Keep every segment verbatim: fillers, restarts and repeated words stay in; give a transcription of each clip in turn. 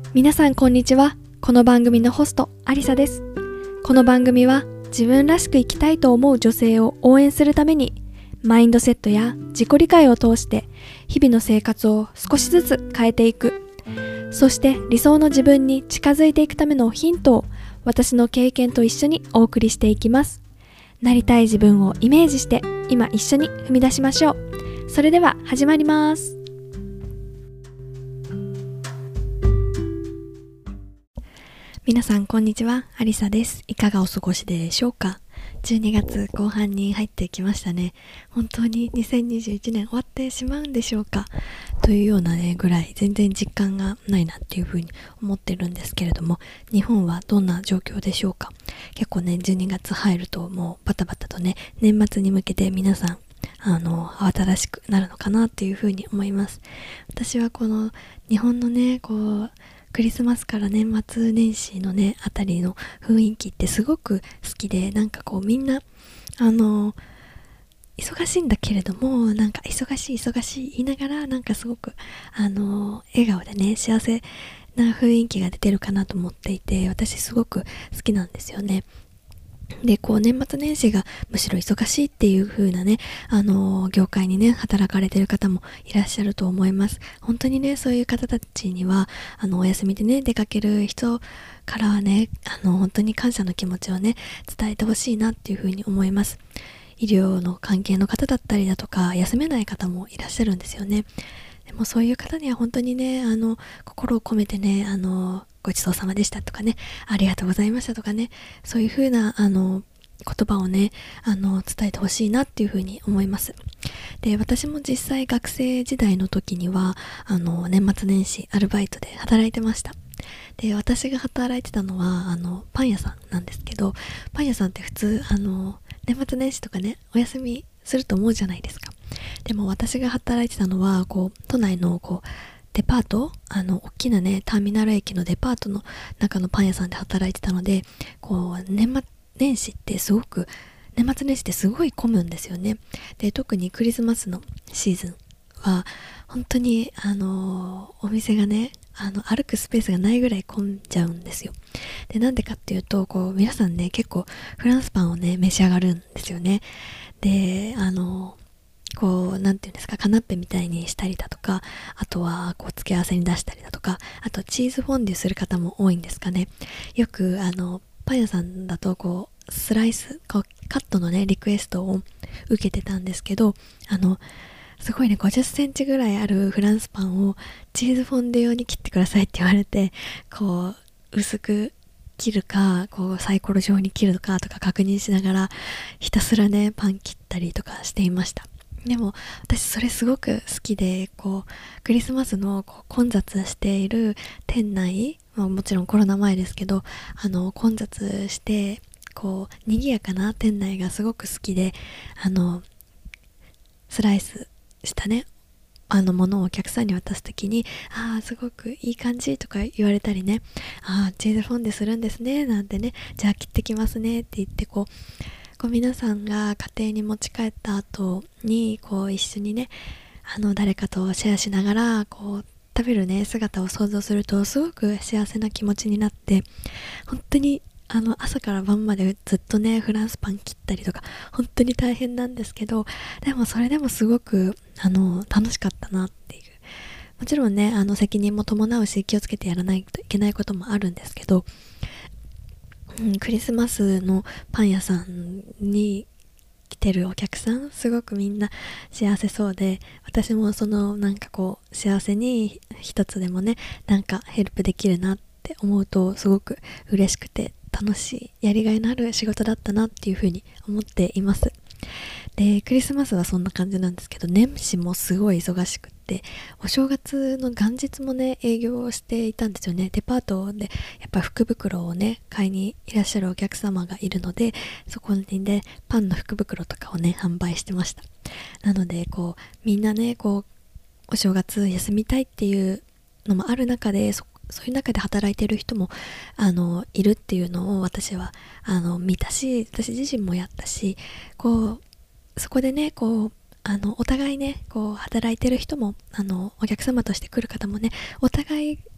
皆さんこんにちは。この番組のホストアリサです。この番組は自分らしく生きたいと思う女性を応援するために、マインドセットや自己理解を通して日々の生活を少しずつ変えていく、そして理想の自分に近づいていくためのヒントを私の経験と一緒にお送りしていきます。なりたい自分をイメージして今一緒に踏み出しましょう。それでは始まります。皆さんこんにちは、アリサです。いかがお過ごしでしょうか。じゅうにがつこう半に入ってきましたね。本当ににせんにじゅういちねん終わってしまうんでしょうかというようなねぐらい全然実感がないなっていうふうに思ってるんですけれども、日本はどんな状況でしょうか。結構ねじゅうにがつ入るともうバタバタとね年末に向けて皆さんあの慌ただしくなるのかなっていうふうに思います。私はこの日本のねこうクリスマスから年末年始のねあたりの雰囲気ってすごく好きで、なんかこうみんなあの忙しいんだけれども、なんか忙しい忙しい言いながらなんかすごくあの笑顔でね幸せな雰囲気が出てるかなと思っていて、私すごく好きなんですよね。でこう年末年始がむしろ忙しいっていう風なねあの業界にね働かれてる方もいらっしゃると思います。本当にねそういう方たちにはあのお休みでね出かける人からはねあの本当に感謝の気持ちをね伝えてほしいなっていう風に思います。医療の関係の方だったりだとか休めない方もいらっしゃるんですよね。でもそういう方には本当にねあの心を込めてねあのごちそうさまでしたとかね、ありがとうございましたとかね、そういう風なあの言葉をねあの伝えてほしいなっていう風に思います。で私も実際学生時代の時にはあの年末年始アルバイトで働いてました。で私が働いてたのはあのパン屋さんなんですけど、パン屋さんって普通あの年末年始とかねお休みすると思うじゃないですか。でも私が働いてたのはこう都内のこうデパート、あの大きなねターミナル駅のデパートの中のパン屋さんで働いてたので、こう年末年始ってすごく年末年始ってすごい混むんですよね。で特にクリスマスのシーズンは本当にあのお店がねあの歩くスペースがないぐらい混んじゃうんですよ。でなんでかっていうとこう皆さんね結構フランスパンをね召し上がるんですよね。であのこうなんていうんですかカナッペみたいにしたりだとか、あとはこう付け合わせに出したりだとか、あとチーズフォンデュする方も多いんですかね。よくあのパン屋さんだとこうスライスこうカットのねリクエストを受けてたんですけど、あのすごいねごじゅっセンチぐらいあるフランスパンをチーズフォンデュ用に切ってくださいって言われて、こう薄く切るかこうサイコロ状に切るかとか確認しながらひたすらねパン切ったりとかしていました。でも私それすごく好きで、こうクリスマスのこう混雑している店内、まあ、もちろんコロナ前ですけどあの混雑してこう賑やかな店内がすごく好きで、あのスライスしたねあのものをお客さんに渡すときにあーすごくいい感じとか言われたりね、あーチーズフォンデするんですねなんてね、じゃあ切ってきますねって言ってこうこう皆さんが家庭に持ち帰った後にこう一緒にねあの誰かとシェアしながらこう食べるね姿を想像するとすごく幸せな気持ちになって、本当にあの朝から晩までずっとねフランスパン切ったりとか本当に大変なんですけど、でもそれでもすごくあの楽しかったなっていう、もちろんねあの責任も伴うし気をつけてやらないといけないこともあるんですけど、うん、クリスマスのパン屋さんに来てるお客さんすごくみんな幸せそうで、私もそのなんかこう幸せに一つでもねなんかヘルプできるなって思うとすごく嬉しくて楽しいやりがいのある仕事だったなっていうふうに思っています。でクリスマスはそんな感じなんですけど、年始もすごい忙しくって、お正月の元日もね営業をしていたんですよね。デパートでやっぱ福袋をね買いにいらっしゃるお客様がいるので、そこにねパンの福袋とかをね販売してました。なのでこうみんなねこうお正月休みたいっていうのもある中で、そそういう中で働いてる人もあのいるっていうのを私はあの見たし、私自身もやったし、こうそこでねこうあのお互いねこう働いてる人もあのお客様として来る方もねお互い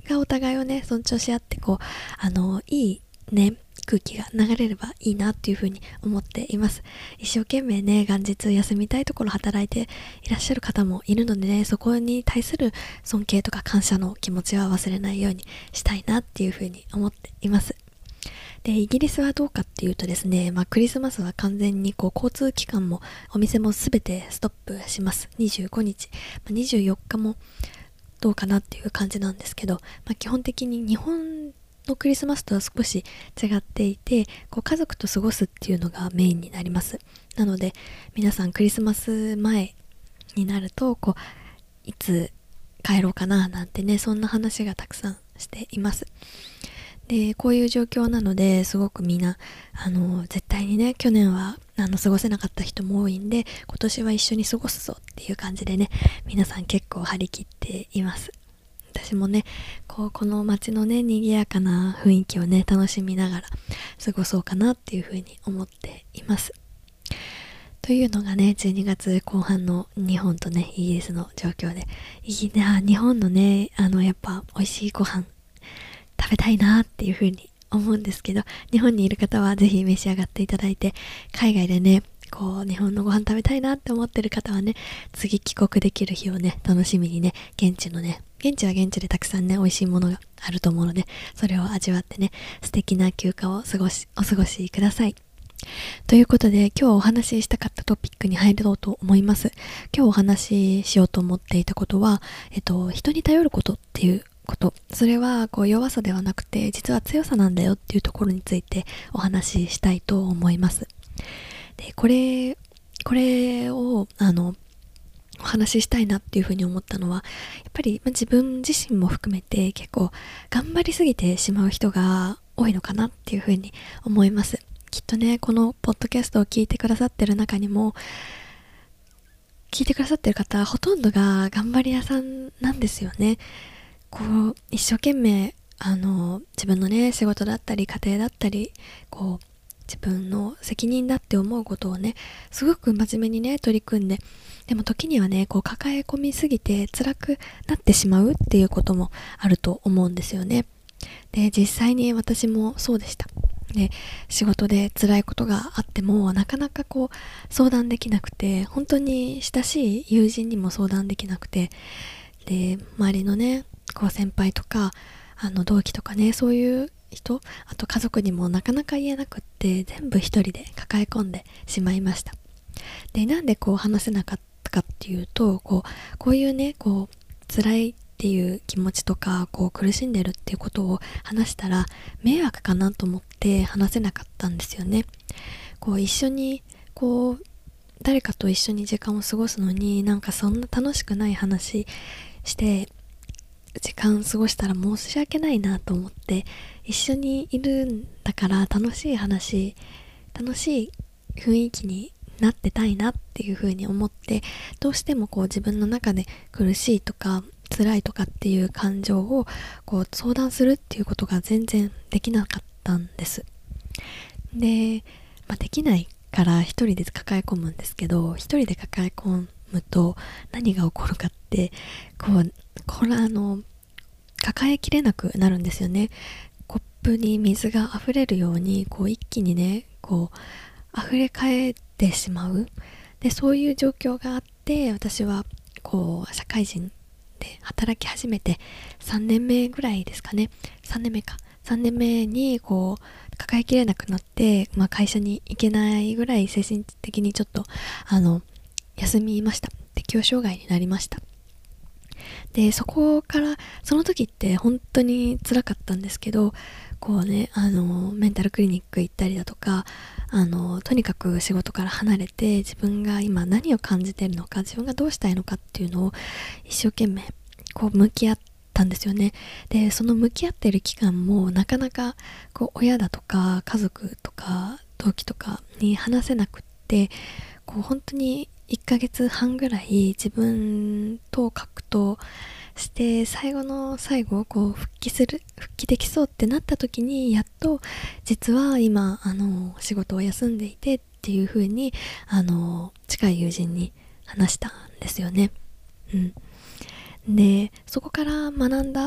がお互いをね尊重し合ってこうあのいいね空気が流れればいいなっていうふうに思っています。一生懸命ね元日休みたいところ働いていらっしゃる方もいるのでね、そこに対する尊敬とか感謝の気持ちは忘れないようにしたいなっていうふうに思っています。でイギリスはどうかっていうとですね、まあ、クリスマスは完全にこう交通機関もお店もすべてストップします。にじゅうごにち、まあ、にじゅうよっかもどうかなっていう感じなんですけど、まあ、基本的に日本のクリスマスとは少し違っていて、こう家族と過ごすっていうのがメインになります。なので皆さんクリスマス前になるとこういつ帰ろうかななんてね、そんな話がたくさんしています。でこういう状況なのですごくみんなあの絶対にね、去年はあの過ごせなかった人も多いんで、今年は一緒に過ごすぞっていう感じでね、皆さん結構張り切っています。私もねこうこの街のね賑やかな雰囲気をね楽しみながら過ごそうかなっていうふうに思っています。というのがねじゅうにがつこう半の日本とねイギリスの状況で、いいな日本のねあのやっぱ美味しいご飯食べたいなっていう風に思うんですけど、日本にいる方はぜひ召し上がっていただいて、海外でねこう日本のご飯食べたいなって思ってる方はね、次帰国できる日をね楽しみにね、現地のね現地は現地でたくさんね美味しいものがあると思うので、それを味わってね素敵な休暇を過ごしお過ごしください。ということで今日お話ししたかったトピックに入ろうと思います。今日お話ししようと思っていたことは、えっと人に頼ることっていうこと、それはこう弱さではなくて実は強さなんだよっていうところについてお話ししたいと思います。でこれこれをあのお話ししたいなっていうふうに思ったのは、やっぱり自分自身も含めて結構頑張りすぎてしまう人が多いのかなっていうふうに思います。きっとねこのポッドキャストを聞いてくださってる中にも、聞いてくださってる方ほとんどが頑張り屋さんなんですよね。こう一生懸命あの自分のね仕事だったり家庭だったり、こう自分の責任だって思うことをねすごく真面目にね取り組んで、でも時にはねこう抱え込みすぎて辛くなってしまうっていうこともあると思うんですよね。で実際に私もそうでした。で仕事で辛いことがあってもなかなかこう相談できなくて、本当に親しい友人にも相談できなくて、で周りのねこう先輩とかあの同期とかね、そういう人、あと家族にもなかなか言えなくって、全部一人で抱え込んでしまいました。でなんでこう話せなかったかっていうと、こうこういうねこう辛いっていう気持ちとかこう苦しんでるっていうことを話したら迷惑かなと思って話せなかったんですよね。こう一緒にこう誰かと一緒に時間を過ごすのに、なんかそんな楽しくない話して時間過ごしたら申し訳ないなと思って、一緒にいるんだから楽しい話、楽しい雰囲気になってたいなっていう風に思って、どうしてもこう自分の中で苦しいとか辛いとかっていう感情をこう相談するっていうことが全然できなかったんです。で、まあ、できないから一人で抱え込むんですけど、一人で抱え込むと何が起こるかって、こうこれあの抱えきれなくなるんですよね。コップに水が溢れるようにこう一気にねこう溢れ返ってしまう。でそういう状況があって、私はこう社会人で働き始めてさんねんめぐらいですかね、さんねんめかさんねんめにこう抱えきれなくなって、まあ、会社に行けないぐらい精神的にちょっとあの休みました。適応障害になりました。でそこからその時って本当に辛かったんですけど、こうねあのメンタルクリニック行ったりだとか、あのとにかく仕事から離れて自分が今何を感じているのか、自分がどうしたいのかっていうのを一生懸命こう向き合ったんですよね。でその向き合っている期間もなかなかこう親だとか家族とか同期とかに話せなくって、こう本当にいっかげつはんぐらい自分と格闘して最後の最後こう復帰する復帰できそうってなった時に、やっと実は今あの仕事を休んでいてっていう風にあの近い友人に話したんですよね。うんでそこから学んだ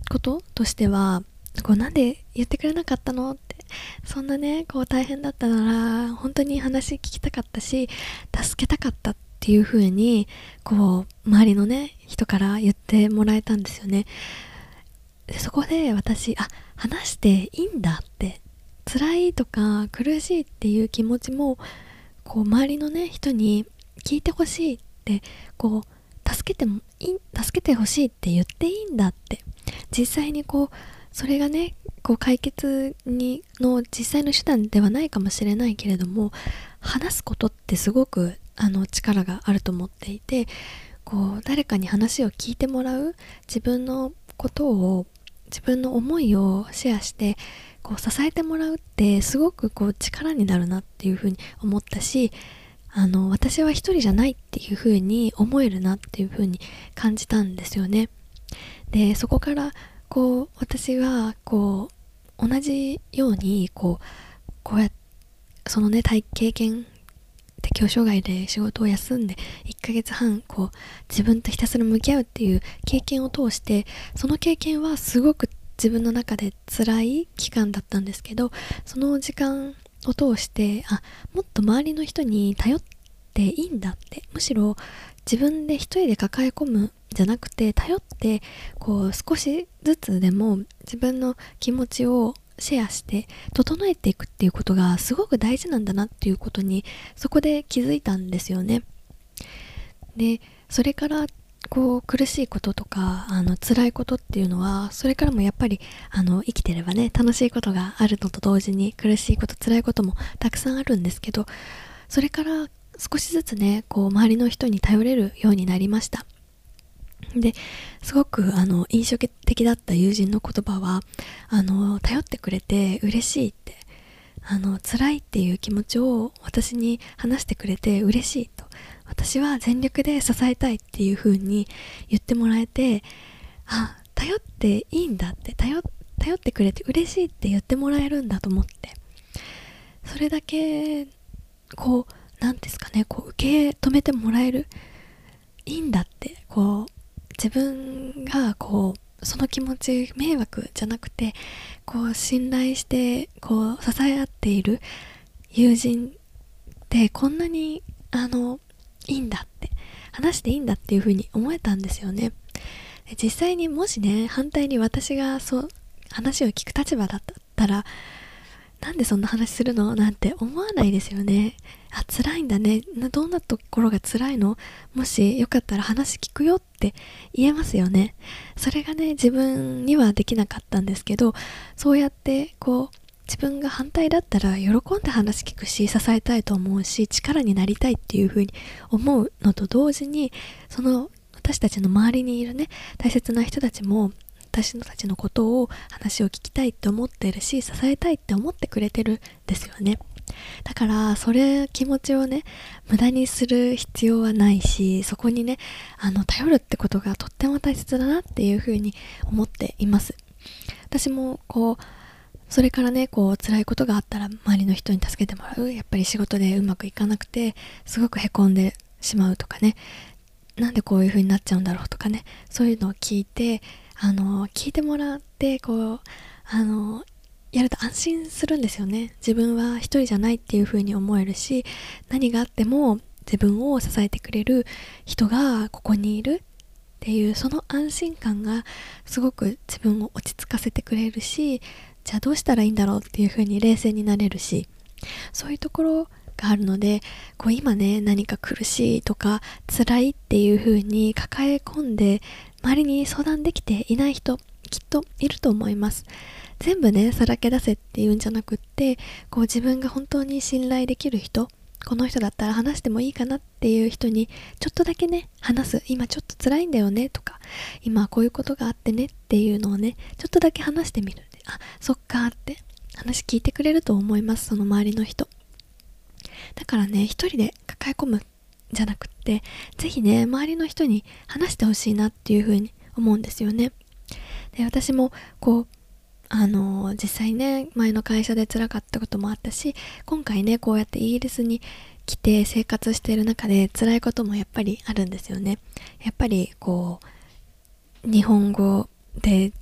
こととしては、こうなんで言ってくれなかったのって、そんなねこう大変だったなら本当に話聞きたかったし助けたかったっていう風にこう周りのね人から言ってもらえたんですよね。でそこで私、あ、話していいんだって、辛いとか苦しいっていう気持ちもこう周りのね人に聞いてほしいって、こう助けてもいい助けてほしいって言っていいんだって、実際にこうそれがねこう解決にの実際の手段ではないかもしれないけれども、話すことってすごくあの力があると思っていて、こう誰かに話を聞いてもらう、自分のことを自分の思いをシェアしてこう支えてもらうってすごくこう力になるなっていうふうに思ったし、あの私は一人じゃないっていうふうに思えるなっていうふうに感じたんですよね。でそこからこう私はこう同じようにこうこうやそのね体経験適応障害で仕事を休んでいっかげつはんこう自分とひたすら向き合うっていう経験を通して、その経験はすごく自分の中で辛い期間だったんですけど、その時間を通して、あ、もっと周りの人に頼っていいんだって、むしろ自分で一人で抱え込むじゃなくて頼ってこう少しずつでも自分の気持ちをシェアして整えていくっていうことがすごく大事なんだなっていうことにそこで気づいたんですよね。でそれからこう苦しいこととかあの辛いことっていうのはそれからもやっぱりあの生きてればね楽しいことがあるのと同時に苦しいこと辛いこともたくさんあるんですけど、それから少しずつねこう周りの人に頼れるようになりました。ですごくあの印象的だった友人の言葉は、あの頼ってくれて嬉しいって、あの辛いっていう気持ちを私に話してくれて嬉しいと、私は全力で支えたいっていう風に言ってもらえて、あ、頼っていいんだって、頼頼ってくれて嬉しいって言ってもらえるんだと思って、それだけこうなんですかね、こう受け止めてもらえる、いいんだって、こう自分がこうその気持ち迷惑じゃなくてこう信頼してこう支え合っている友人ってこんなにあのいいんだって、話していいんだっていう風に思えたんですよね。で実際にもしね反対に私がそう話を聞く立場だったら、なんでそんな話するのなんて思わないですよね。あ、辛いんだね、どんなところが辛いの、もしよかったら話聞くよって言えますよね。それがね自分にはできなかったんですけど、そうやってこう自分が反対だったら喜んで話聞くし支えたいと思うし力になりたいっていう風に思うのと同時に、その私たちの周りにいるね大切な人たちも私たちのことを話を聞きたいって思ってるし支えたいって思ってくれてるんですよね。だからそれ気持ちをね無駄にする必要はないし、そこにねあの頼るってことがとっても大切だなっていうふうに思っています。私もこうそれからねこう辛いことがあったら周りの人に助けてもらう、やっぱり仕事でうまくいかなくてすごくへこんでしまうとかね、なんでこういう風になっちゃうんだろうとかね、そういうのを聞いてあの聞いてもらってこうあのやると安心するんですよね。自分は一人じゃないっていう風に思えるし、何があっても自分を支えてくれる人がここにいるっていうその安心感がすごく自分を落ち着かせてくれるし、じゃあどうしたらいいんだろうっていう風に冷静になれるし、そういうところがあるので、こう今ね何か苦しいとか辛いっていう風に抱え込んで周りに相談できていない人きっといると思います。全部ねさらけ出せっていうんじゃなくって、こう自分が本当に信頼できる人、この人だったら話してもいいかなっていう人にちょっとだけね話す、今ちょっと辛いんだよねとか今こういうことがあってねっていうのをねちょっとだけ話してみる。あ、そっかって話聞いてくれると思います、その周りの人。だからね一人で抱え込むじゃなくってぜひね周りの人に話してほしいなっていう風に思うんですよね。で私もこうあの実際ね前の会社で辛かったこともあったし、今回ねこうやってイギリスに来て生活している中で辛いこともやっぱりあるんですよね。やっぱりこう日本語で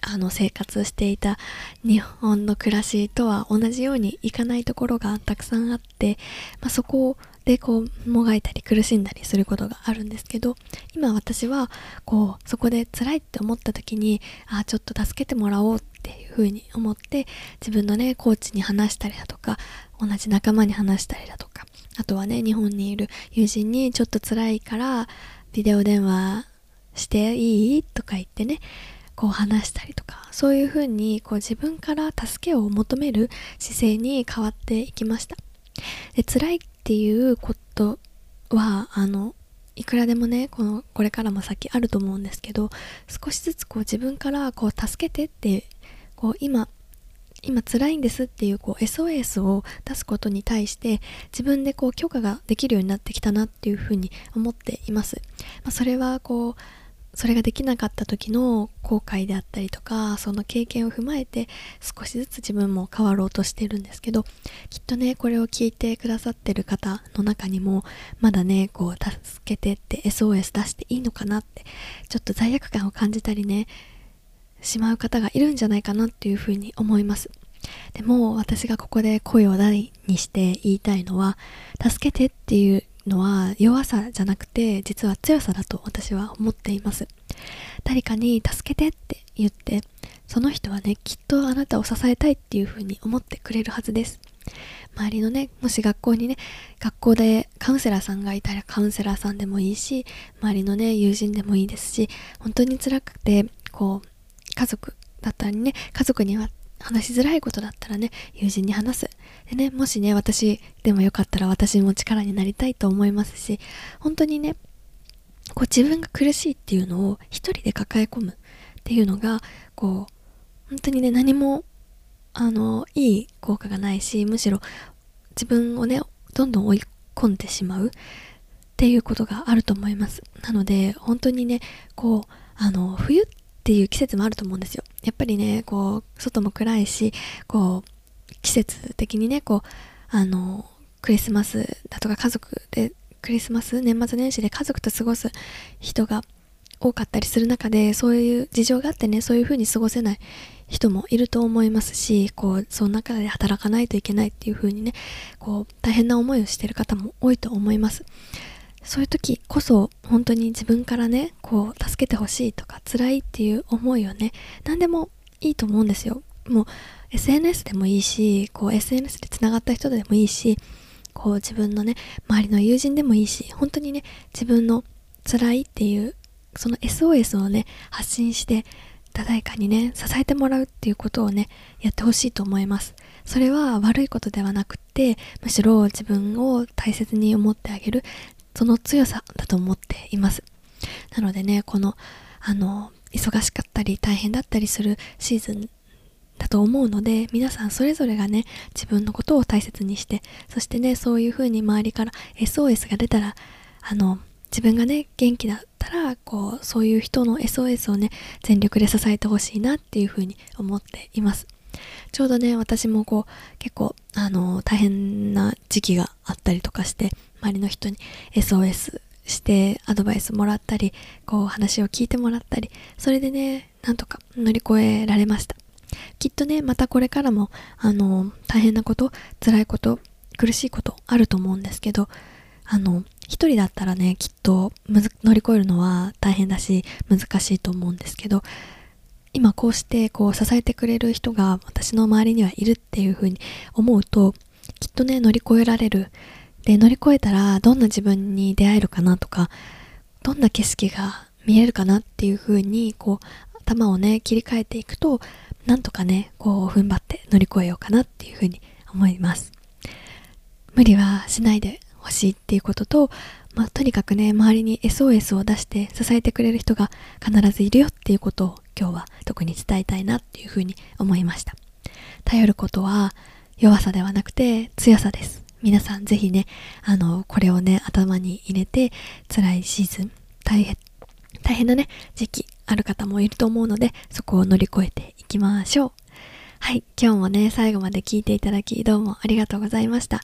あの生活していた日本の暮らしとは同じようにいかないところがたくさんあって、まあ、そこでこうもがいたり苦しんだりすることがあるんですけど、今私はこうそこで辛いって思った時に、あちょっと助けてもらおうっていうふうに思って、自分のねコーチに話したりだとか、同じ仲間に話したりだとか、あとはね日本にいる友人にちょっと辛いからビデオ電話していいとか言ってね、こう話したりとか、そういう風にこう自分から助けを求める姿勢に変わっていきました。で、辛いっていうことはあのいくらでもねこのこれからも先あると思うんですけど、少しずつこう自分からこう助けてってこう今今辛いんですっていうこう エスオーエス を出すことに対して自分でこう許可ができるようになってきたなっていうふうに思っています。まあ、それはこうそれができなかった時の後悔であったりとか、その経験を踏まえて少しずつ自分も変わろうとしてるんですけど、きっとねこれを聞いてくださってる方の中にもまだねこう助けてって エスオーエス 出していいのかなってちょっと罪悪感を感じたりねしまう方がいるんじゃないかなっていうふうに思います。でも私がここで声を大にして言いたいのは、助けてっていうのは弱さじゃなくて実は強さだと私は思っています。誰かに助けてって言って、その人はねきっとあなたを支えたいっていう風に思ってくれるはずです。周りのね、もし学校にね学校でカウンセラーさんがいたらカウンセラーさんでもいいし、周りのね友人でもいいですし、本当に辛くてこう家族だったりね、家族には話しづらいことだったらね友人に話す。でね、もしね私でもよかったら私も力になりたいと思いますし、本当にねこう自分が苦しいっていうのを一人で抱え込むっていうのがこう本当にね何もあのいい効果がないし、むしろ自分をねどんどん追い込んでしまうっていうことがあると思います。なので本当にねこうあの冬っていう季節もあると思うんですよ。やっぱりねこう外も暗いし、こう季節的にねこうあのクリスマスだとか家族でクリスマス年末年始で家族と過ごす人が多かったりする中で、そういう事情があってねそういう風に過ごせない人もいると思いますし、こうその中で働かないといけないっていう風にねこう大変な思いをしている方も多いと思います。そういう時こそ本当に自分からねこう助けてほしいとか辛いっていう思いをね何でもいいと思うんですよ。もう エスエヌエス でもいいし、こう エスエヌエス でつながった人でもいいし、こう自分のね周りの友人でもいいし、本当にね自分の辛いっていうその エスオーエス をね発信して誰かにね支えてもらうっていうことをねやってほしいと思います。それは悪いことではなくって、むしろ自分を大切に思ってあげるその強さだと思っています。なのでねこのあの忙しかったり大変だったりするシーズンだと思うので、皆さんそれぞれがね自分のことを大切にして、そしてねそういう風に周りから エスオーエス が出たらあの自分がね元気だったらこうそういう人の エスオーエス をね全力で支えてほしいなっていう風に思っています。ちょうどね私もこう結構あの大変な時期があったりとかして、周りの人に エスオーエス してアドバイスもらったり、こう話を聞いてもらったり、それでねなんとか乗り越えられました。きっとねまたこれからもあの大変なこと、辛いこと、苦しいことあると思うんですけど、あの一人だったらねきっとむず乗り越えるのは大変だし難しいと思うんですけど、今こうしてこう支えてくれる人が私の周りにはいるっていう風に思うと、きっとね乗り越えられる。で乗り越えたらどんな自分に出会えるかなとか、どんな景色が見えるかなっていう風にこう頭をね切り替えていくと、なんとかねこう踏ん張って乗り越えようかなっていう風に思います。無理はしないでほしいっていうことと、まあ、とにかくね周りに エスオーエス を出して支えてくれる人が必ずいるよっていうことを今日は特に伝えたいなっていう風に思いました。頼ることは弱さではなくて強さです。皆さんぜひねあのこれをね頭に入れて、辛いシーズン大変大変なね時期ある方もいると思うので、そこを乗り越えていきましょう。はい、今日もね最後まで聞いていただきどうもありがとうございました。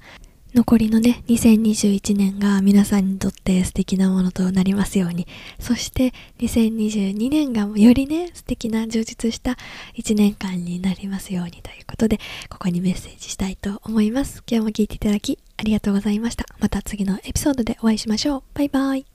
残りのね、にせんにじゅういちねんが皆さんにとって素敵なものとなりますように。そしてにせんにじゅうにねんがよりね、素敵な充実したいちねんかんになりますようにということで、ここにメッセージしたいと思います。今日も聞いていただきありがとうございました。また次のエピソードでお会いしましょう。バイバイ。